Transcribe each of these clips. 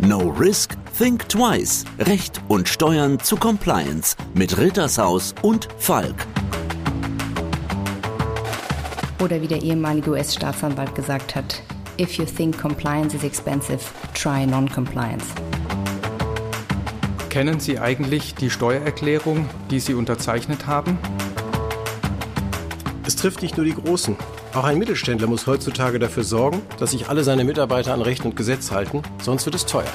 No Risk, Think Twice. Recht und Steuern zu Compliance mit Rittershaus und Falk. Oder wie der ehemalige US-Staatsanwalt gesagt hat, if you think compliance is expensive, try non-compliance. Kennen Sie eigentlich die Steuererklärung, die Sie unterzeichnet haben? Es trifft nicht nur die Großen. Auch ein Mittelständler muss heutzutage dafür sorgen, dass sich alle seine Mitarbeiter an Recht und Gesetz halten, sonst wird es teuer.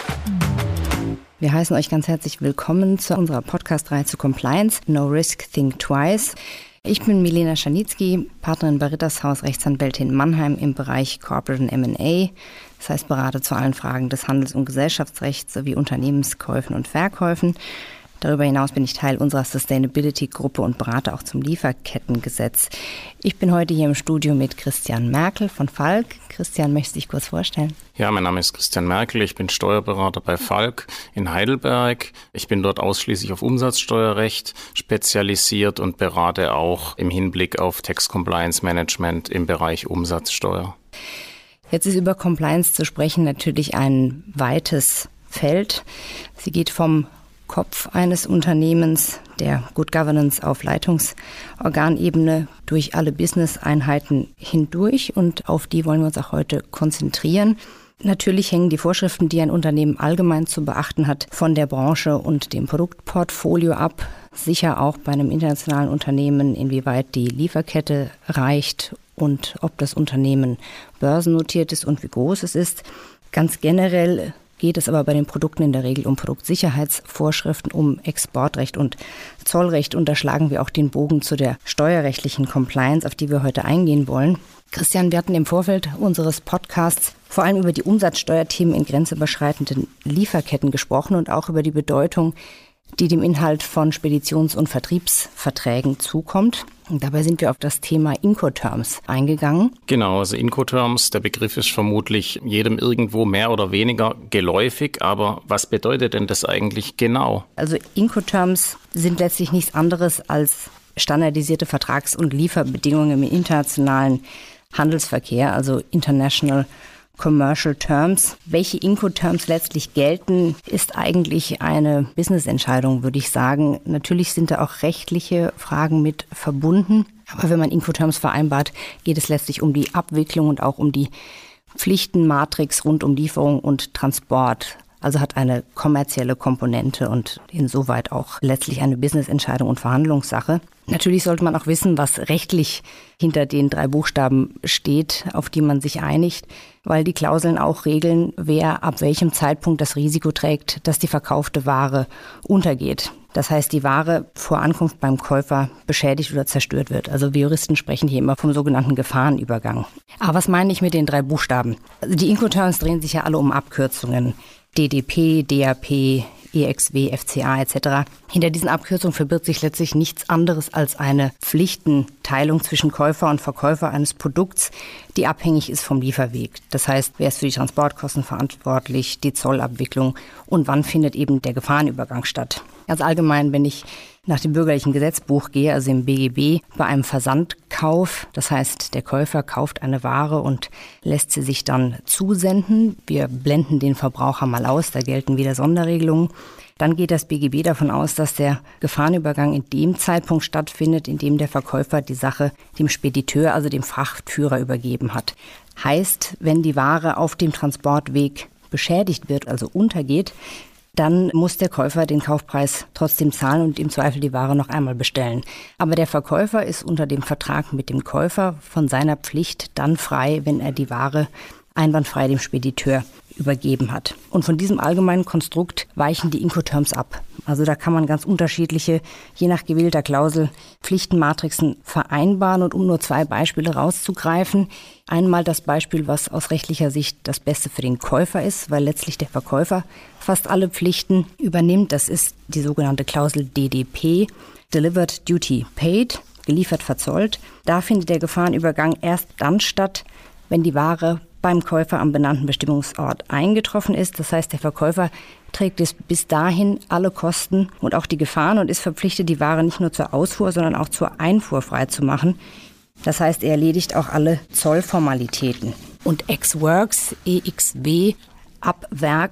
Wir heißen euch ganz herzlich willkommen zu unserer Podcast-Reihe zu Compliance, No Risk, Think Twice. Ich bin Milena Schanitzky, Partnerin bei Rittershaus, Rechtsanwältin in Mannheim im Bereich Corporate and M&A. Das heißt, berate zu allen Fragen des Handels- und Gesellschaftsrechts sowie Unternehmenskäufen und Verkäufen. Darüber hinaus bin ich Teil unserer Sustainability-Gruppe und berate auch zum Lieferkettengesetz. Ich bin heute hier im Studio mit Christian Merkel von Falk. Christian, möchtest du dich kurz vorstellen? Ja, mein Name ist Christian Merkel, ich bin Steuerberater bei Falk in Heidelberg. Ich bin dort ausschließlich auf Umsatzsteuerrecht spezialisiert und berate auch im Hinblick auf Tax Compliance Management im Bereich Umsatzsteuer. Jetzt ist über Compliance zu sprechen natürlich ein weites Feld. Sie geht vom Kopf eines Unternehmens, der Good Governance auf Leitungsorganebene, durch alle Business-Einheiten hindurch, und auf die wollen wir uns auch heute konzentrieren. Natürlich hängen die Vorschriften, die ein Unternehmen allgemein zu beachten hat, von der Branche und dem Produktportfolio ab. Sicher auch bei einem internationalen Unternehmen, inwieweit die Lieferkette reicht und ob das Unternehmen börsennotiert ist und wie groß es ist. Ganz generell geht es aber bei den Produkten in der Regel um Produktsicherheitsvorschriften, um Exportrecht und Zollrecht. Und da schlagen wir auch den Bogen zu der steuerrechtlichen Compliance, auf die wir heute eingehen wollen. Christian, wir hatten im Vorfeld unseres Podcasts vor allem über die Umsatzsteuerthemen in grenzüberschreitenden Lieferketten gesprochen und auch über die Bedeutung, die dem Inhalt von Speditions- und Vertriebsverträgen zukommt. Und dabei sind wir auf das Thema Incoterms eingegangen. Genau, also Incoterms, der Begriff ist vermutlich jedem irgendwo mehr oder weniger geläufig, aber was bedeutet denn das eigentlich genau? Also Incoterms sind letztlich nichts anderes als standardisierte Vertrags- und Lieferbedingungen im internationalen Handelsverkehr, also International Commercial Terms. Welche Incoterms letztlich gelten, ist eigentlich eine Business-Entscheidung, würde ich sagen. Natürlich sind da auch rechtliche Fragen mit verbunden. Aber wenn man Incoterms vereinbart, geht es letztlich um die Abwicklung und auch um die Pflichtenmatrix rund um Lieferung und Transport. Also hat eine kommerzielle Komponente und insoweit auch letztlich eine Business-Entscheidung und Verhandlungssache. Natürlich sollte man auch wissen, was rechtlich hinter den 3 Buchstaben steht, auf die man sich einigt, weil die Klauseln auch regeln, wer ab welchem Zeitpunkt das Risiko trägt, dass die verkaufte Ware untergeht. Das heißt, die Ware vor Ankunft beim Käufer beschädigt oder zerstört wird. Also wir Juristen sprechen hier immer vom sogenannten Gefahrenübergang. Aber was meine ich mit den 3 Buchstaben? Also die Incoterms drehen sich ja alle um Abkürzungen. DDP, DAP, EXW, FCA etc. Hinter diesen Abkürzungen verbirgt sich letztlich nichts anderes als eine Pflichtenteilung zwischen Käufer und Verkäufer eines Produkts, die abhängig ist vom Lieferweg. Das heißt, wer ist für die Transportkosten verantwortlich, die Zollabwicklung und wann findet eben der Gefahrenübergang statt. Ganz allgemein, wenn ich nach dem bürgerlichen Gesetzbuch gehe, also im BGB, bei einem Versandkauf, das heißt, der Käufer kauft eine Ware und lässt sie sich dann zusenden. Wir blenden den Verbraucher mal aus, da gelten wieder Sonderregelungen. Dann geht das BGB davon aus, dass der Gefahrenübergang in dem Zeitpunkt stattfindet, in dem der Verkäufer die Sache dem Spediteur, also dem Frachtführer, übergeben hat. Heißt, wenn die Ware auf dem Transportweg beschädigt wird, also untergeht, dann muss der Käufer den Kaufpreis trotzdem zahlen und im Zweifel die Ware noch einmal bestellen. Aber der Verkäufer ist unter dem Vertrag mit dem Käufer von seiner Pflicht dann frei, wenn er die Ware einwandfrei dem Spediteur übergeben hat. Und von diesem allgemeinen Konstrukt weichen die Incoterms ab. Also da kann man ganz unterschiedliche, je nach gewählter Klausel, Pflichtenmatrixen vereinbaren. Und um nur 2 Beispiele rauszugreifen, einmal das Beispiel, was aus rechtlicher Sicht das Beste für den Käufer ist, weil letztlich der Verkäufer fast alle Pflichten übernimmt. Das ist die sogenannte Klausel DDP, Delivered Duty Paid, geliefert verzollt. Da findet der Gefahrenübergang erst dann statt, wenn die Ware beim Käufer am benannten Bestimmungsort eingetroffen ist. Das heißt, der Verkäufer trägt es bis dahin alle Kosten und auch die Gefahren und ist verpflichtet, die Ware nicht nur zur Ausfuhr, sondern auch zur Einfuhr freizumachen. Das heißt, er erledigt auch alle Zollformalitäten. Und Ex Works, EXW, ab Werk,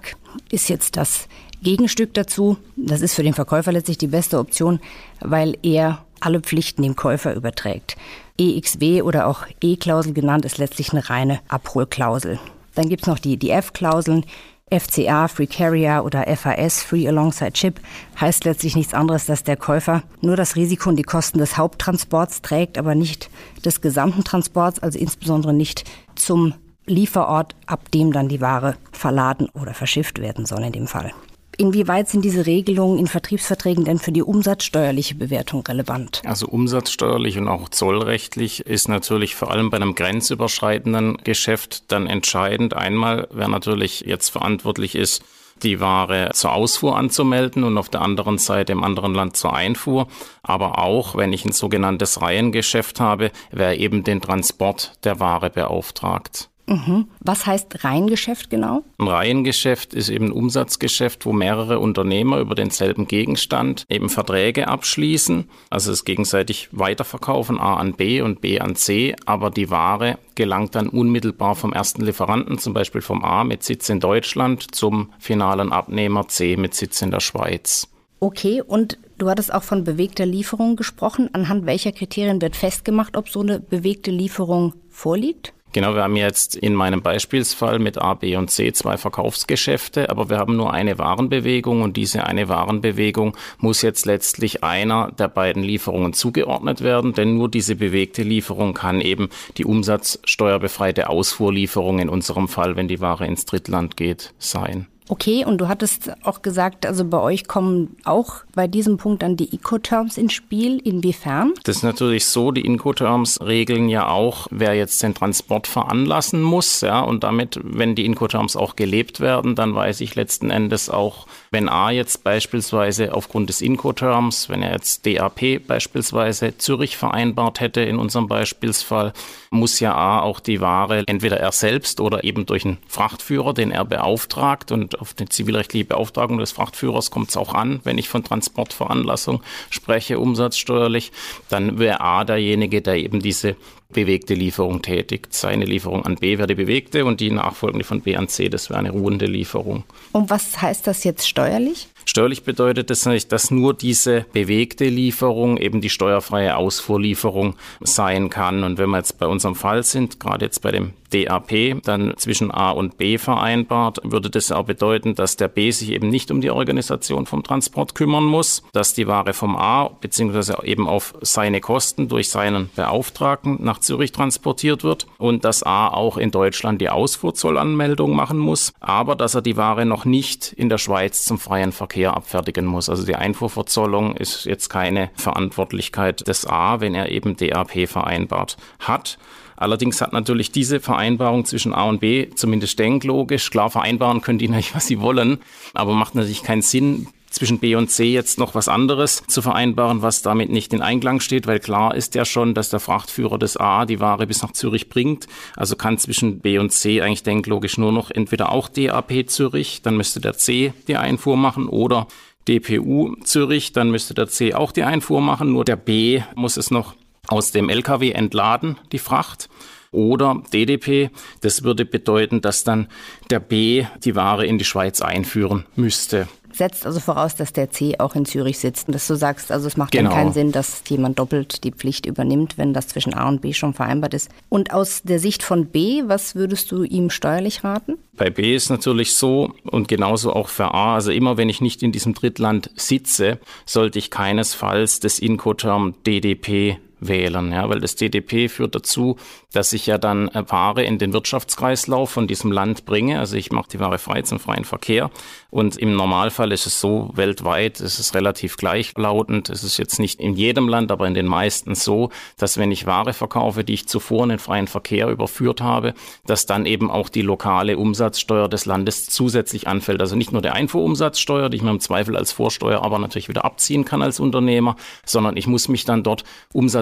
ist jetzt das Gegenstück dazu. Das ist für den Verkäufer letztlich die beste Option, weil er alle Pflichten dem Käufer überträgt. EXW oder auch E-Klausel genannt ist letztlich eine reine Abholklausel. Dann gibt es noch die F-Klauseln. FCA, Free Carrier oder FAS, Free Alongside Ship, heißt letztlich nichts anderes, dass der Käufer nur das Risiko und die Kosten des Haupttransports trägt, aber nicht des gesamten Transports, also insbesondere nicht zum Lieferort, ab dem dann die Ware verladen oder verschifft werden soll in dem Fall. Inwieweit sind diese Regelungen in Vertriebsverträgen denn für die umsatzsteuerliche Bewertung relevant? Also umsatzsteuerlich und auch zollrechtlich ist natürlich vor allem bei einem grenzüberschreitenden Geschäft dann entscheidend. Einmal, wer natürlich jetzt verantwortlich ist, die Ware zur Ausfuhr anzumelden und auf der anderen Seite im anderen Land zur Einfuhr. Aber auch, wenn ich ein sogenanntes Reihengeschäft habe, wer eben den Transport der Ware beauftragt. Was heißt Reihengeschäft genau? Ein Reihengeschäft ist eben ein Umsatzgeschäft, wo mehrere Unternehmer über denselben Gegenstand eben Verträge abschließen, also es gegenseitig weiterverkaufen, A an B und B an C, aber die Ware gelangt dann unmittelbar vom ersten Lieferanten, zum Beispiel vom A mit Sitz in Deutschland, zum finalen Abnehmer C mit Sitz in der Schweiz. Okay, und du hattest auch von bewegter Lieferung gesprochen. Anhand welcher Kriterien wird festgemacht, ob so eine bewegte Lieferung vorliegt? Genau, wir haben jetzt in meinem Beispielsfall mit A, B und C 2 Verkaufsgeschäfte, aber wir haben nur eine Warenbewegung und diese eine Warenbewegung muss jetzt letztlich einer der beiden Lieferungen zugeordnet werden, denn nur diese bewegte Lieferung kann eben die umsatzsteuerbefreite Ausfuhrlieferung in unserem Fall, wenn die Ware ins Drittland geht, sein. Okay, und du hattest auch gesagt, also bei euch kommen auch bei diesem Punkt dann die Incoterms ins Spiel. Inwiefern? Das ist natürlich so, die Incoterms regeln ja auch, wer jetzt den Transport veranlassen muss. Ja, und damit, wenn die Incoterms auch gelebt werden, dann weiß ich letzten Endes auch, wenn A jetzt beispielsweise aufgrund des Incoterms, wenn er jetzt DAP beispielsweise Zürich vereinbart hätte in unserem Beispielsfall, muss ja A auch die Ware entweder er selbst oder eben durch einen Frachtführer, den er beauftragt, und auf die zivilrechtliche Beauftragung des Frachtführers kommt es auch an, wenn ich von Transportveranlassung spreche, umsatzsteuerlich, dann wäre A derjenige, der eben diese bewegte Lieferung tätigt. Seine Lieferung an B wäre die bewegte und die nachfolgende von B an C, das wäre eine ruhende Lieferung. Und was heißt das jetzt steuerlich? Steuerlich bedeutet das nicht, dass nur diese bewegte Lieferung eben die steuerfreie Ausfuhrlieferung sein kann. Und wenn wir jetzt bei unserem Fall sind, gerade jetzt bei dem DAP, dann zwischen A und B vereinbart, würde das auch bedeuten, dass der B sich eben nicht um die Organisation vom Transport kümmern muss, dass die Ware vom A bzw. eben auf seine Kosten durch seinen Beauftragten nach Zürich transportiert wird und dass A auch in Deutschland die Ausfuhrzollanmeldung machen muss, aber dass er die Ware noch nicht in der Schweiz zum freien Verkehr abfertigen muss. Also die Einfuhrverzollung ist jetzt keine Verantwortlichkeit des A, wenn er eben DAP vereinbart hat. Allerdings hat natürlich diese Vereinbarung zwischen A und B zumindest denklogisch. Klar, vereinbaren können die nicht, was sie wollen, aber macht natürlich keinen Sinn, zwischen B und C jetzt noch was anderes zu vereinbaren, was damit nicht in Einklang steht, weil klar ist ja schon, dass der Frachtführer des A die Ware bis nach Zürich bringt. Also kann zwischen B und C eigentlich denklogisch nur noch entweder auch DAP Zürich, dann müsste der C die Einfuhr machen, oder DPU Zürich, dann müsste der C auch die Einfuhr machen, nur der B muss es noch aus dem LKW entladen, die Fracht. Oder DDP, das würde bedeuten, dass dann der B die Ware in die Schweiz einführen müsste. Setzt also voraus, dass der C auch in Zürich sitzt. Und dass du sagst, also es macht dann keinen Sinn, dass jemand doppelt die Pflicht übernimmt, wenn das zwischen A und B schon vereinbart ist. Und aus der Sicht von B, was würdest du ihm steuerlich raten? Bei B ist natürlich so und genauso auch für A, also immer wenn ich nicht in diesem Drittland sitze, sollte ich keinesfalls das Incoterm DDP wählen, ja, weil das DDP führt dazu, dass ich ja dann Ware in den Wirtschaftskreislauf von diesem Land bringe. Also ich mache die Ware frei zum freien Verkehr und im Normalfall ist es so, weltweit ist es relativ gleichlautend. Es ist jetzt nicht in jedem Land, aber in den meisten so, dass wenn ich Ware verkaufe, die ich zuvor in den freien Verkehr überführt habe, dass dann eben auch die lokale Umsatzsteuer des Landes zusätzlich anfällt. Also nicht nur der Einfuhrumsatzsteuer, die ich mir im Zweifel als Vorsteuer aber natürlich wieder abziehen kann als Unternehmer, sondern ich muss mich dann dort umsatzsteuerlich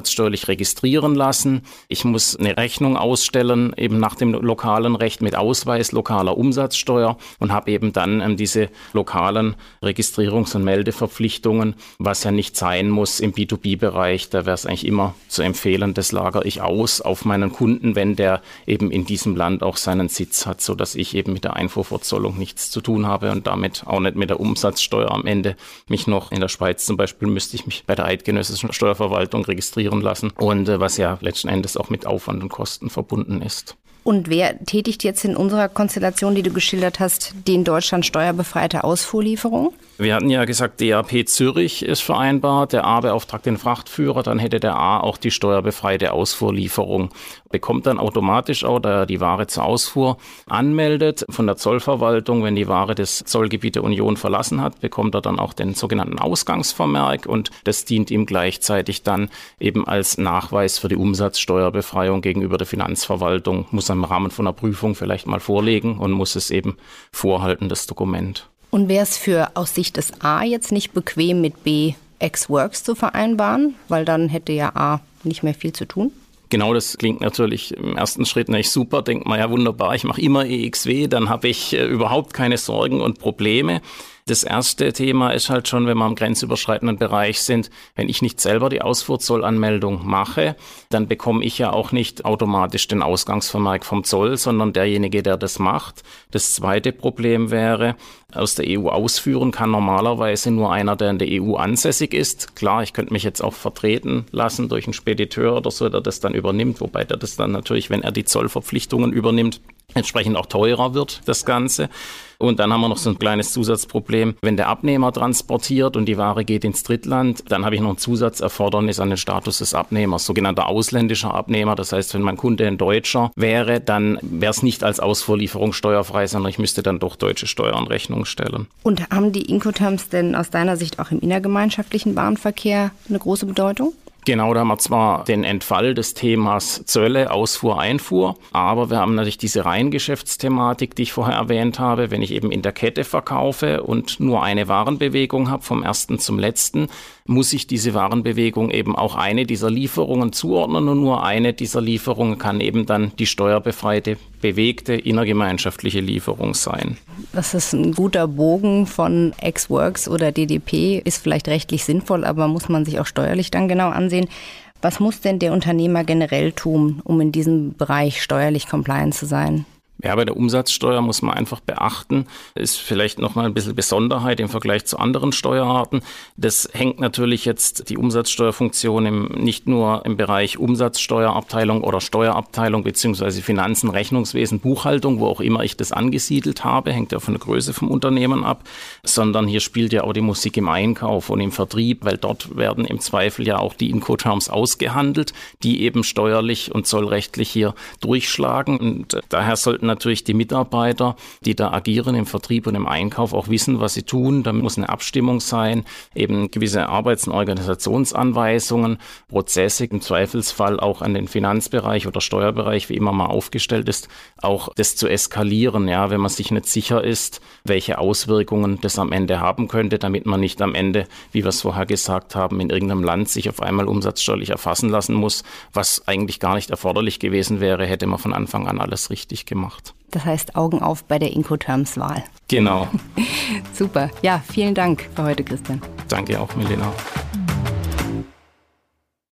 umsatzsteuerlich registrieren lassen. Ich muss eine Rechnung ausstellen, eben nach dem lokalen Recht mit Ausweis lokaler Umsatzsteuer und habe eben dann diese lokalen Registrierungs- und Meldeverpflichtungen, was ja nicht sein muss im B2B-Bereich. Da wäre es eigentlich immer zu empfehlen, das lagere ich aus auf meinen Kunden, wenn der eben in diesem Land auch seinen Sitz hat, sodass ich eben mit der Einfuhrverzollung nichts zu tun habe und damit auch nicht mit der Umsatzsteuer am Ende mich noch in der Schweiz zum Beispiel müsste ich mich bei der eidgenössischen Steuerverwaltung registrieren lassen und was ja letzten Endes auch mit Aufwand und Kosten verbunden ist. Und wer tätigt jetzt in unserer Konstellation, die du geschildert hast, die in Deutschland steuerbefreite Ausfuhrlieferung? Wir hatten ja gesagt, DAP Zürich ist vereinbart, der A beauftragt den Frachtführer, dann hätte der A auch die steuerbefreite Ausfuhrlieferung. Bekommt dann automatisch auch, da er die Ware zur Ausfuhr anmeldet von der Zollverwaltung, wenn die Ware das Zollgebiet der Union verlassen hat, bekommt er dann auch den sogenannten Ausgangsvermerk und das dient ihm gleichzeitig dann eben als Nachweis für die Umsatzsteuerbefreiung gegenüber der Finanzverwaltung, muss er im Rahmen von einer Prüfung vielleicht mal vorlegen und muss es eben vorhalten, das Dokument. Und wäre es aus Sicht des A jetzt nicht bequem, mit B ex-Works zu vereinbaren? Weil dann hätte ja A nicht mehr viel zu tun. Genau, das klingt natürlich im ersten Schritt nicht super. Denkt man ja wunderbar, ich mache immer EXW, dann habe ich überhaupt keine Sorgen und Probleme. Das erste Thema ist halt schon, wenn wir im grenzüberschreitenden Bereich sind, wenn ich nicht selber die Ausfuhrzollanmeldung mache, dann bekomme ich ja auch nicht automatisch den Ausgangsvermerk vom Zoll, sondern derjenige, der das macht. Das zweite Problem wäre, aus der EU ausführen kann normalerweise nur einer, der in der EU ansässig ist. Klar, ich könnte mich jetzt auch vertreten lassen durch einen Spediteur oder so, der das dann übernimmt, wobei der das dann natürlich, wenn er die Zollverpflichtungen übernimmt, entsprechend auch teurer wird, das Ganze. Und dann haben wir noch so ein kleines Zusatzproblem. Wenn der Abnehmer transportiert und die Ware geht ins Drittland, dann habe ich noch ein Zusatzerfordernis an den Status des Abnehmers, sogenannter ausländischer Abnehmer. Das heißt, wenn mein Kunde ein Deutscher wäre, dann wäre es nicht als Ausfuhrlieferung steuerfrei, sondern ich müsste dann doch deutsche Steuern in Rechnung stellen. Und haben die Incoterms denn aus deiner Sicht auch im innergemeinschaftlichen Bahnverkehr eine große Bedeutung? Genau, da haben wir zwar den Entfall des Themas Zölle, Ausfuhr, Einfuhr, aber wir haben natürlich diese Reihengeschäftsthematik, die ich vorher erwähnt habe. Wenn ich eben in der Kette verkaufe und nur eine Warenbewegung habe, vom ersten zum letzten, muss ich diese Warenbewegung eben auch eine dieser Lieferungen zuordnen und nur eine dieser Lieferungen kann eben dann die steuerbefreite, bewegte, innergemeinschaftliche Lieferung sein. Das ist ein guter Bogen von ex-Works oder DDP, ist vielleicht rechtlich sinnvoll, aber muss man sich auch steuerlich dann genau ansehen. Was muss denn der Unternehmer generell tun, um in diesem Bereich steuerlich compliant zu sein? Ja, bei der Umsatzsteuer muss man einfach beachten, ist vielleicht nochmal ein bisschen Besonderheit im Vergleich zu anderen Steuerarten. Das hängt natürlich jetzt die Umsatzsteuerfunktion nicht nur im Bereich Umsatzsteuerabteilung oder Steuerabteilung beziehungsweise Finanzen, Rechnungswesen, Buchhaltung, wo auch immer ich das angesiedelt habe, hängt ja von der Größe vom Unternehmen ab, sondern hier spielt ja auch die Musik im Einkauf und im Vertrieb, weil dort werden im Zweifel ja auch die Incoterms ausgehandelt, die eben steuerlich und zollrechtlich hier durchschlagen und daher sollten natürlich die Mitarbeiter, die da agieren im Vertrieb und im Einkauf, auch wissen, was sie tun. Da muss eine Abstimmung sein, eben gewisse Arbeits- und Organisationsanweisungen, Prozesse, im Zweifelsfall auch an den Finanzbereich oder Steuerbereich, wie immer mal aufgestellt ist, auch das zu eskalieren, ja, wenn man sich nicht sicher ist, welche Auswirkungen das am Ende haben könnte, damit man nicht am Ende, wie wir es vorher gesagt haben, in irgendeinem Land sich auf einmal umsatzsteuerlich erfassen lassen muss, was eigentlich gar nicht erforderlich gewesen wäre, hätte man von Anfang an alles richtig gemacht. Das heißt, Augen auf bei der Incoterms-Wahl. Genau. Super. Ja, vielen Dank für heute, Christian. Danke auch, Milena.